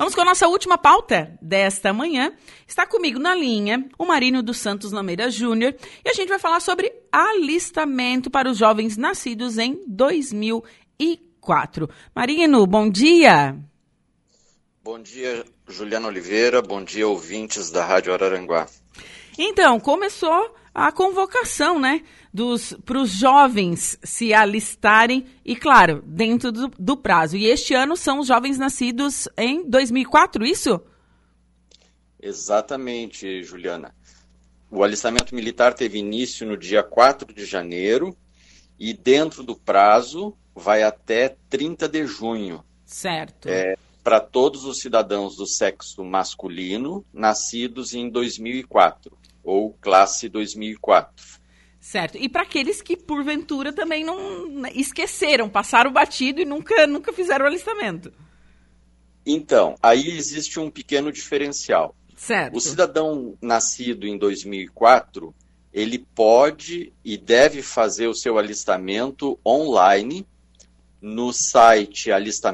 Vamos com a nossa última pauta desta manhã. Está comigo na linha o Marino dos Santos Lameira Júnior e a gente vai falar sobre alistamento para os jovens nascidos em 2004. Marino, bom dia. Bom dia, Juliana Oliveira. Bom dia, ouvintes da Rádio Araranguá. Então, começou a convocação, né, para os jovens se alistarem e, claro, dentro do prazo. E este ano são os jovens nascidos em 2004, isso? Exatamente, Juliana. O alistamento militar teve início no dia 4 de janeiro e dentro do prazo vai até 30 de junho. Certo. Para todos os cidadãos do sexo masculino nascidos em 2004, ou classe 2004. Certo. E para aqueles que, porventura, também não esqueceram, passaram batido e nunca fizeram o alistamento. Então, aí existe um pequeno diferencial. Certo. O cidadão nascido em 2004, ele pode e deve fazer o seu alistamento online no site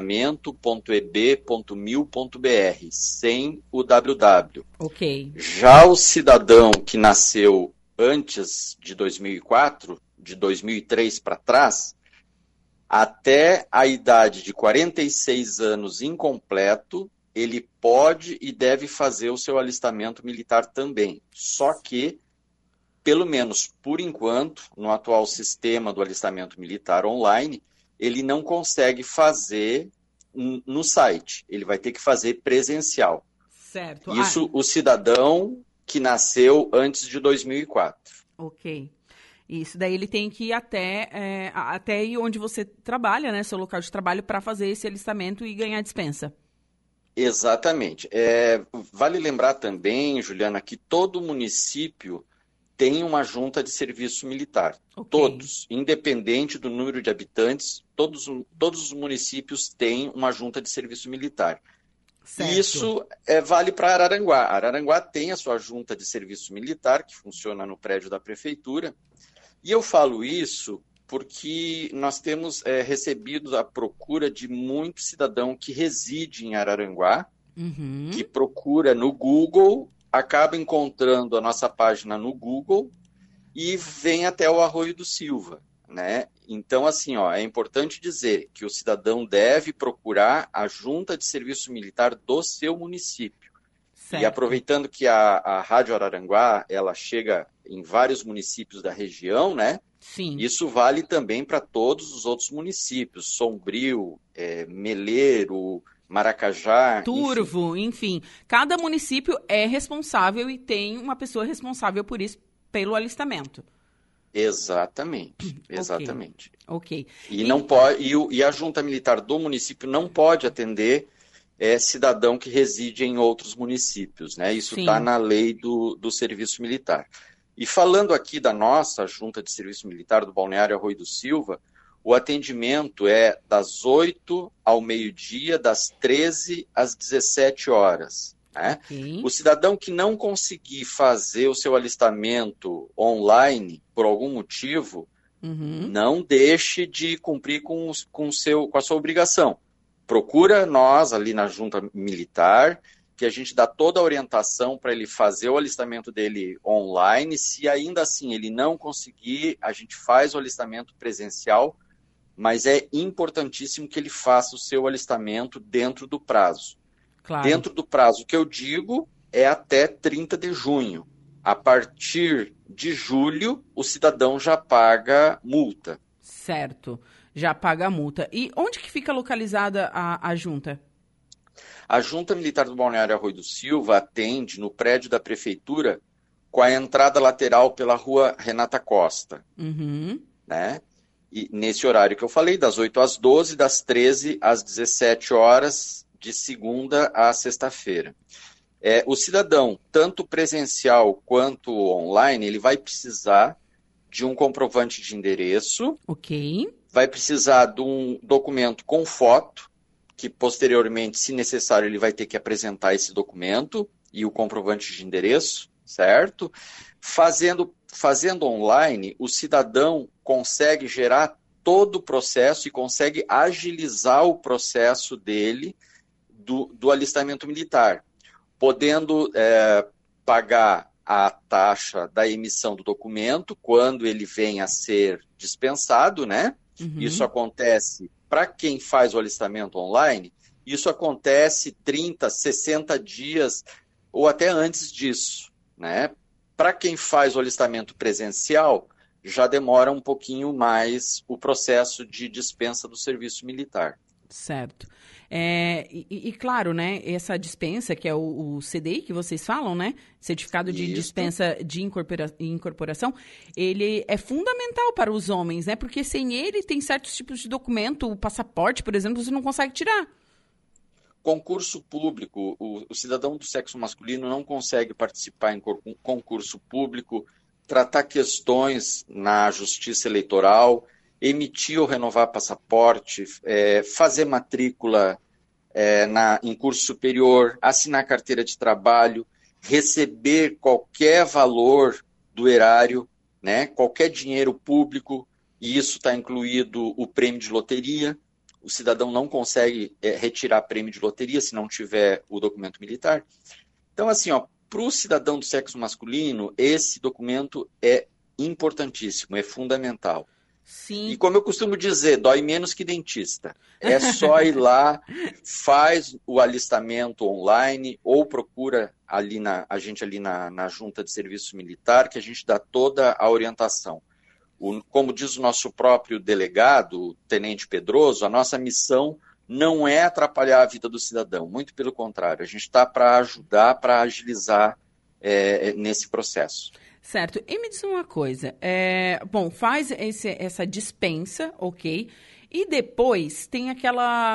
alistamento.eb.mil.br, sem o www. Ok. Já o cidadão que nasceu antes de 2004, de 2003 para trás, até a idade de 46 anos incompleto, ele pode e deve fazer o seu alistamento militar também. Só que, pelo menos por enquanto, no atual sistema do alistamento militar online, ele não consegue fazer no site, ele vai ter que fazer presencial. Certo. Isso o cidadão que nasceu antes de 2004. Ok. Isso, daí ele tem que ir até aí onde você trabalha, né, seu local de trabalho, para fazer esse alistamento e ganhar dispensa. Exatamente. Vale lembrar também, Juliana, que todo município tem uma junta de serviço militar. Okay. Todos, independente do número de habitantes, todos os municípios têm uma junta de serviço militar. Certo. Isso vale para Araranguá. Araranguá tem a sua junta de serviço militar, que funciona no prédio da prefeitura. E eu falo isso porque nós temos recebido a procura de muito cidadão que reside em Araranguá, que procura no Google, acaba encontrando a nossa página no Google e vem até o Arroio do Silva, né? Então, assim, é importante dizer que o cidadão deve procurar a junta de serviço militar do seu município. Certo. E aproveitando que a Rádio Araranguá, ela chega em vários municípios da região, né? Sim. Isso vale também para todos os outros municípios, Sombrio, Meleiro, Maracajá, Turvo, enfim. Cada município é responsável e tem uma pessoa responsável por isso, pelo alistamento. Exatamente. Ok. E a junta militar do município não pode atender cidadão que reside em outros municípios, né? Isso está na lei do serviço militar. E falando aqui da nossa junta de serviço militar do Balneário Arroio do Silva, o atendimento é das 8 ao meio-dia, das 13 às 17 horas. Né? Okay. O cidadão que não conseguir fazer o seu alistamento online, por algum motivo, não deixe de cumprir com a sua obrigação. Procura nós ali na junta militar, que a gente dá toda a orientação para ele fazer o alistamento dele online. Se ainda assim ele não conseguir, a gente faz o alistamento presencial, mas é importantíssimo que ele faça o seu alistamento dentro do prazo. Claro. Dentro do prazo que eu digo é até 30 de junho. A partir de julho, o cidadão já paga multa. Certo, já paga a multa. E onde que fica localizada a junta? A Junta Militar do Balneário Arroio do Silva atende no prédio da prefeitura com a entrada lateral pela rua Renata Costa. Né? E nesse horário que eu falei, das 8 às 12, das 13 às 17 horas, de segunda a sexta-feira. O cidadão, tanto presencial quanto online, ele vai precisar de um comprovante de endereço. Ok. Vai precisar de um documento com foto, que posteriormente, se necessário, ele vai ter que apresentar esse documento e o comprovante de endereço, certo? Fazendo online, o cidadão consegue gerar todo o processo e consegue agilizar o processo dele do alistamento militar, podendo pagar a taxa da emissão do documento quando ele vem a ser dispensado, né? Uhum. Isso acontece para quem faz o alistamento online, isso acontece 30, 60 dias ou até antes disso, né? Para quem faz o alistamento presencial, já demora um pouquinho mais o processo de dispensa do serviço militar. Certo. Claro, né, essa dispensa, que é o CDI que vocês falam, né, Certificado de Dispensa de Incorporação, ele é fundamental para os homens, né, porque sem ele tem certos tipos de documento, o passaporte, por exemplo, você não consegue tirar. Concurso público, o cidadão do sexo masculino não consegue participar em concurso público, tratar questões na justiça eleitoral, emitir ou renovar passaporte, fazer matrícula em curso superior, assinar carteira de trabalho, receber qualquer valor do erário, né, qualquer dinheiro público, e isso está incluído o prêmio de loteria. O cidadão não consegue retirar prêmio de loteria se não tiver o documento militar. Então, assim, para o cidadão do sexo masculino, esse documento é importantíssimo, é fundamental. Sim. E como eu costumo dizer, dói menos que dentista. É só ir lá, faz o alistamento online ou procura a gente ali na Junta de Serviço Militar, que a gente dá toda a orientação. Como diz o nosso próprio delegado, o Tenente Pedroso, a nossa missão não é atrapalhar a vida do cidadão, muito pelo contrário, a gente está para ajudar, para agilizar nesse processo. Certo. E me diz uma coisa, faz essa dispensa, ok, e depois tem aquela...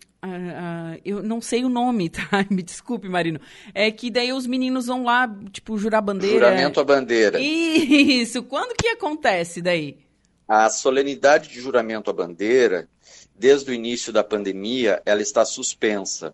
eu não sei o nome, tá? Me desculpe, Marino. É que daí os meninos vão lá, tipo, jurar bandeira. Juramento à bandeira. Isso. Quando que acontece daí? A solenidade de juramento à bandeira, desde o início da pandemia, ela está suspensa.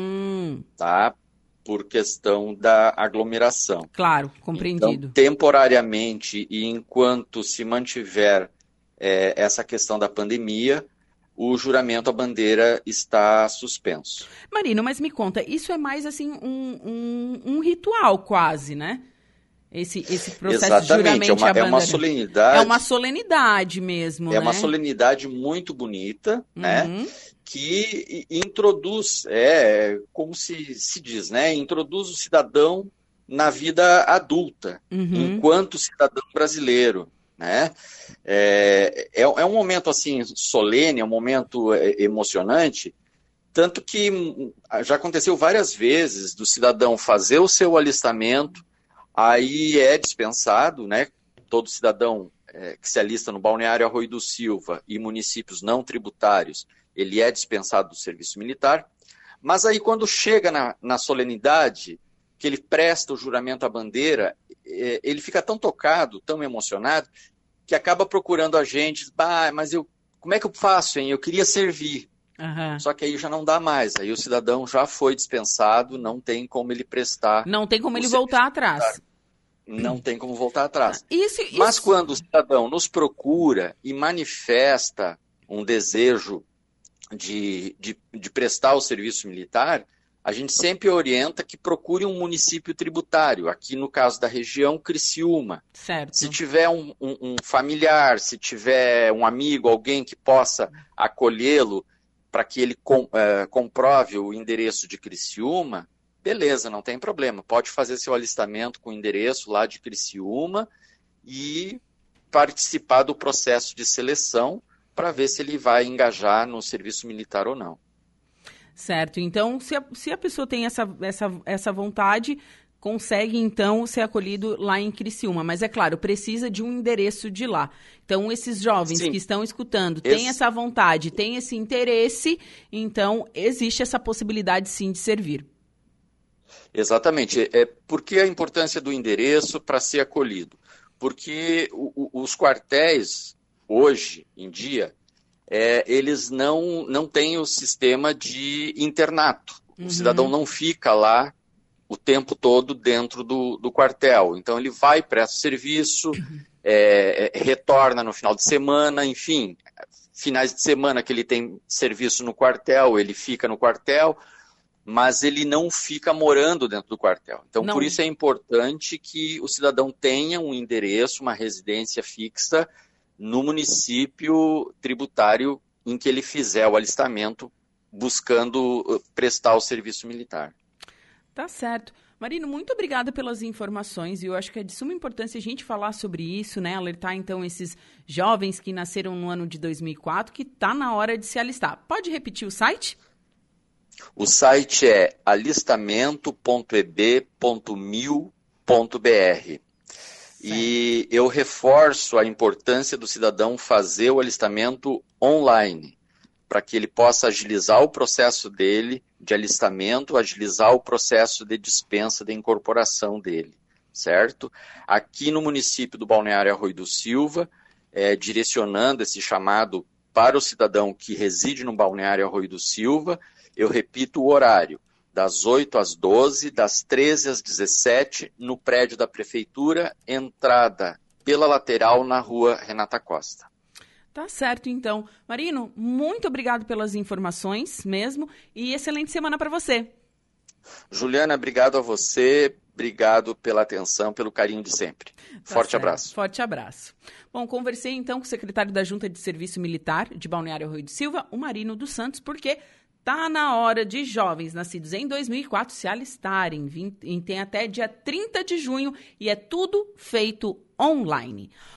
Tá? Por questão da aglomeração. Claro, compreendido. Então, temporariamente, e enquanto se mantiver essa questão da pandemia, o juramento à bandeira está suspenso. Marino, mas me conta, isso é mais assim um ritual quase, né? Esse processo Exatamente, de juramento à bandeira. É uma solenidade. É uma solenidade mesmo, né? É uma solenidade muito bonita, né? Que introduz, como se diz, né? Introduz o cidadão na vida adulta, enquanto cidadão brasileiro, né? É um momento assim solene, é um momento emocionante, tanto que já aconteceu várias vezes do cidadão fazer o seu alistamento, aí é dispensado, né? Todo cidadão que se alista no Balneário Arroio do Silva e municípios não tributários, ele é dispensado do serviço militar, mas aí quando chega na solenidade, que ele presta o juramento à bandeira, ele fica tão tocado, tão emocionado, que acaba procurando a gente, mas como é que eu faço, hein? Eu queria servir. Só que aí já não dá mais, aí o cidadão já foi dispensado, não tem como ele prestar. Não tem como ele voltar atrás. Não tem como voltar atrás. Isso. Mas quando o cidadão nos procura e manifesta um desejo de prestar o serviço militar, a gente sempre orienta que procure um município tributário, aqui no caso da região, Criciúma. Certo. Se tiver um familiar, se tiver um amigo, alguém que possa acolhê-lo para que ele comprove o endereço de Criciúma, beleza, não tem problema. Pode fazer seu alistamento com o endereço lá de Criciúma e participar do processo de seleção para ver se ele vai engajar no serviço militar ou não. Certo. Então, se a pessoa tem essa vontade, consegue, então, ser acolhido lá em Criciúma. Mas, é claro, precisa de um endereço de lá. Então, esses jovens que estão escutando têm essa vontade, têm esse interesse, então, existe essa possibilidade, sim, de servir. Exatamente. Por que a importância do endereço para ser acolhido? Porque os quartéis, hoje em dia, eles não têm o sistema de internato. O cidadão não fica lá o tempo todo dentro do quartel. Então, ele vai, presta serviço, retorna no final de semana, enfim, finais de semana que ele tem serviço no quartel, ele fica no quartel. mas ele não fica morando dentro do quartel. Então, Não. por isso é importante que o cidadão tenha um endereço, uma residência fixa no município tributário em que ele fizer o alistamento buscando prestar o serviço militar. Tá certo. Marino, muito obrigada pelas informações, e eu acho que é de suma importância a gente falar sobre isso, né? Alertar, então, esses jovens que nasceram no ano de 2004, que está na hora de se alistar. Pode repetir o site? O site é alistamento.eb.mil.br. E eu reforço a importância do cidadão fazer o alistamento online, para que ele possa agilizar o processo dele de alistamento, agilizar o processo de dispensa de incorporação dele, certo? Aqui no município do Balneário Arroio do Silva, direcionando esse chamado para o cidadão que reside no Balneário Arroio do Silva, eu repito o horário, das 8 às 12, das 13 às 17, no prédio da Prefeitura, entrada pela lateral na rua Renata Costa. Tá certo, então. Marino, muito obrigado pelas informações mesmo e excelente semana para você. Juliana, obrigado a você, obrigado pela atenção, pelo carinho de sempre. Forte abraço. Forte abraço. Bom, conversei então com o secretário da Junta de Serviço Militar de Balneário Arroio do Silva, o Marino dos Santos, porque tá na hora de jovens nascidos em 2004 se alistarem. Tem até dia 30 de junho e é tudo feito online.